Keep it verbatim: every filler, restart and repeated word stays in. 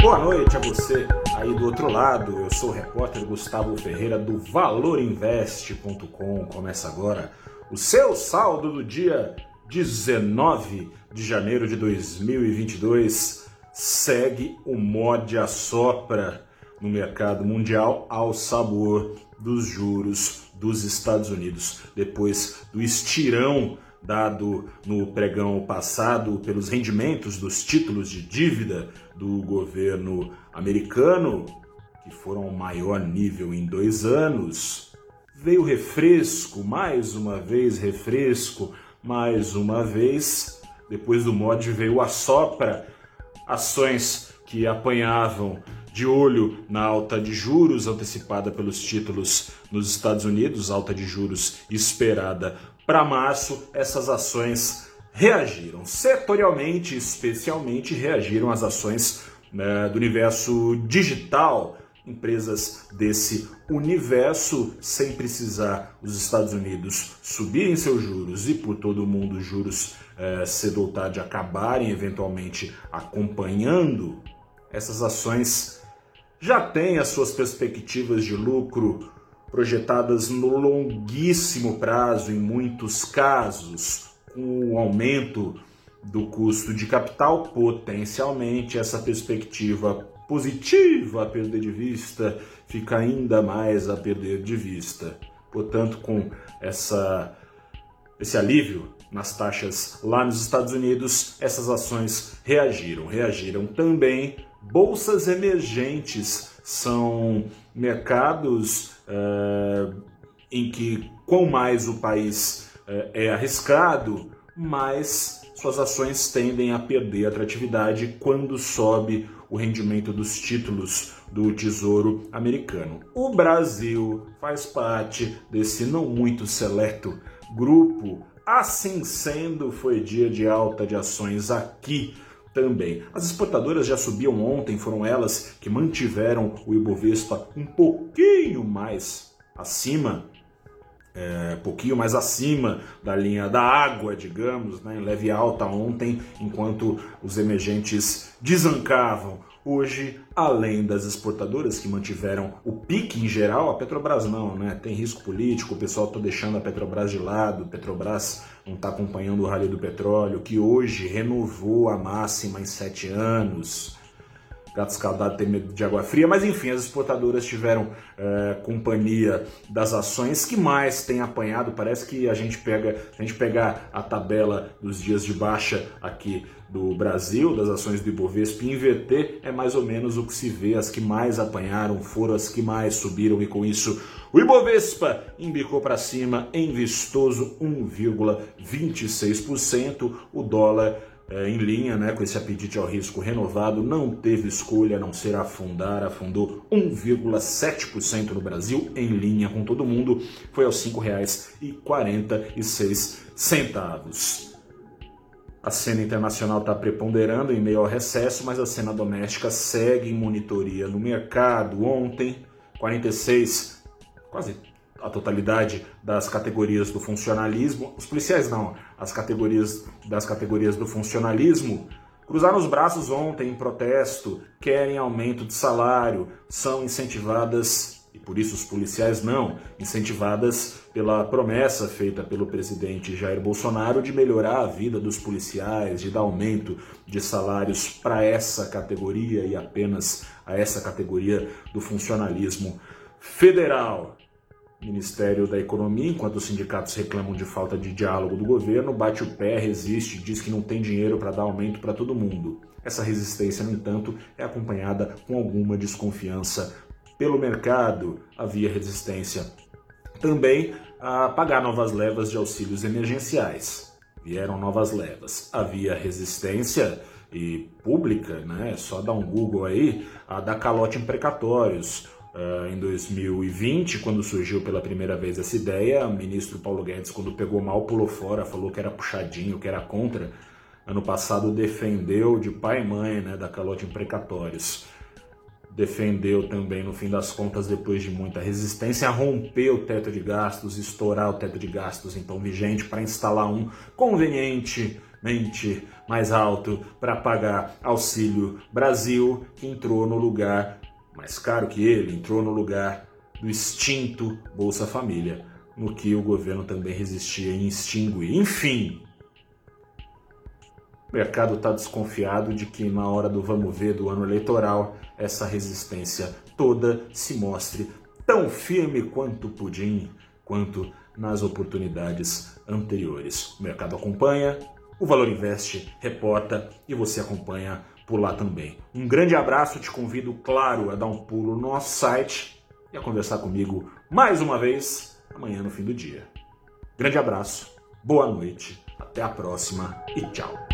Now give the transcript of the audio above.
Boa noite a você aí do outro lado. Eu sou o repórter Gustavo Ferreira do valor invest ponto com. Começa agora o seu saldo do dia dezenove de janeiro de dois mil e vinte e dois. Segue o morde assopra no mercado mundial ao sabor dos juros dos Estados Unidos. Depois do estirão dado no pregão passado pelos rendimentos dos títulos de dívida do governo americano, que foram ao maior nível em dois anos, veio refresco, mais uma vez refresco, mais uma vez, depois do morde veio a sopra, ações que apanhavam de olho na alta de juros antecipada pelos títulos nos Estados Unidos, alta de juros esperada para março, essas ações reagiram. Setorialmente, especialmente, reagiram as ações né, do universo digital, empresas desse universo, sem precisar os Estados Unidos subirem seus juros e por todo o mundo os juros eh, cedo ou tarde acabarem eventualmente acompanhando. Essas ações já têm as suas perspectivas de lucro projetadas no longuíssimo prazo, em muitos casos, com o aumento do custo de capital, potencialmente essa perspectiva positiva a perder de vista fica ainda mais a perder de vista. Portanto, com essa, esse alívio nas taxas lá nos Estados Unidos, essas ações reagiram. Reagiram também bolsas emergentes, são mercados uh, em que, quanto mais o país uh, é arriscado, mais suas ações tendem a perder atratividade quando sobe o rendimento dos títulos do Tesouro americano. O Brasil faz parte desse não muito seleto grupo. Assim sendo, foi dia de alta de ações aqui também. As exportadoras já subiam ontem, foram elas que mantiveram o Ibovespa um pouquinho mais acima, é, pouquinho mais acima da linha da água, digamos, né, em leve alta ontem, enquanto os emergentes desancavam. Hoje, além das exportadoras que mantiveram o pique em geral, a Petrobras não, né? Tem risco político, o pessoal está deixando a Petrobras de lado, a Petrobras não está acompanhando o rally do petróleo, que hoje renovou a máxima em sete anos. Gato escaldado tem medo de água fria, mas enfim, as exportadoras tiveram é, companhia das ações que mais tem apanhado. Parece que a gente pega, se a gente pegar a tabela dos dias de baixa aqui do Brasil, das ações do Ibovespa, e inverter, é mais ou menos o que se vê. As que mais apanharam foram as que mais subiram e com isso o Ibovespa embicou para cima em vistoso um vírgula vinte e seis por cento. O dólar É, em linha, né, com esse apetite ao risco renovado, não teve escolha a não ser afundar, afundou um vírgula sete por cento no Brasil, em linha com todo mundo, foi aos cinco reais e quarenta e seis centavos. A cena internacional está preponderando em meio ao recesso, mas a cena doméstica segue em monitoria no mercado. Ontem, quarenta e seis, quase a totalidade das categorias do funcionalismo, os policiais não, as categorias das categorias do funcionalismo, cruzaram os braços ontem em protesto, querem aumento de salário, são incentivadas, e por isso os policiais não, incentivadas pela promessa feita pelo presidente Jair Bolsonaro de melhorar a vida dos policiais, de dar aumento de salários para essa categoria e apenas a essa categoria do funcionalismo federal. Ministério da Economia, enquanto os sindicatos reclamam de falta de diálogo do governo, bate o pé, resiste, diz que não tem dinheiro para dar aumento para todo mundo. Essa resistência, no entanto, é acompanhada com alguma desconfiança pelo mercado. Havia resistência também a pagar novas levas de auxílios emergenciais. Vieram novas levas. Havia resistência e pública, né? Só dar um Google aí, a dar calote em precatórios. Uh, em dois mil e vinte, quando surgiu pela primeira vez essa ideia, o ministro Paulo Guedes, quando pegou mal, pulou fora, falou que era puxadinho, que era contra. Ano passado defendeu de pai e mãe, né, da calote em precatórios. Defendeu também, no fim das contas, depois de muita resistência, romper o teto de gastos, estourar o teto de gastos então vigente para instalar um conveniente infinitamente mais alto para pagar Auxílio Brasil, que entrou no lugar, mais caro que ele, entrou no lugar do extinto Bolsa Família, no que o governo também resistia em extinguir. Enfim, o mercado está desconfiado de que na hora do vamos ver do ano eleitoral, essa resistência toda se mostre tão firme quanto o pudim, quanto nas oportunidades anteriores. O mercado acompanha, o Valor Invest reporta e você acompanha por lá também. Um grande abraço, te convido, claro, a dar um pulo no nosso site e a conversar comigo mais uma vez amanhã no fim do dia. Grande abraço, boa noite, até a próxima e tchau.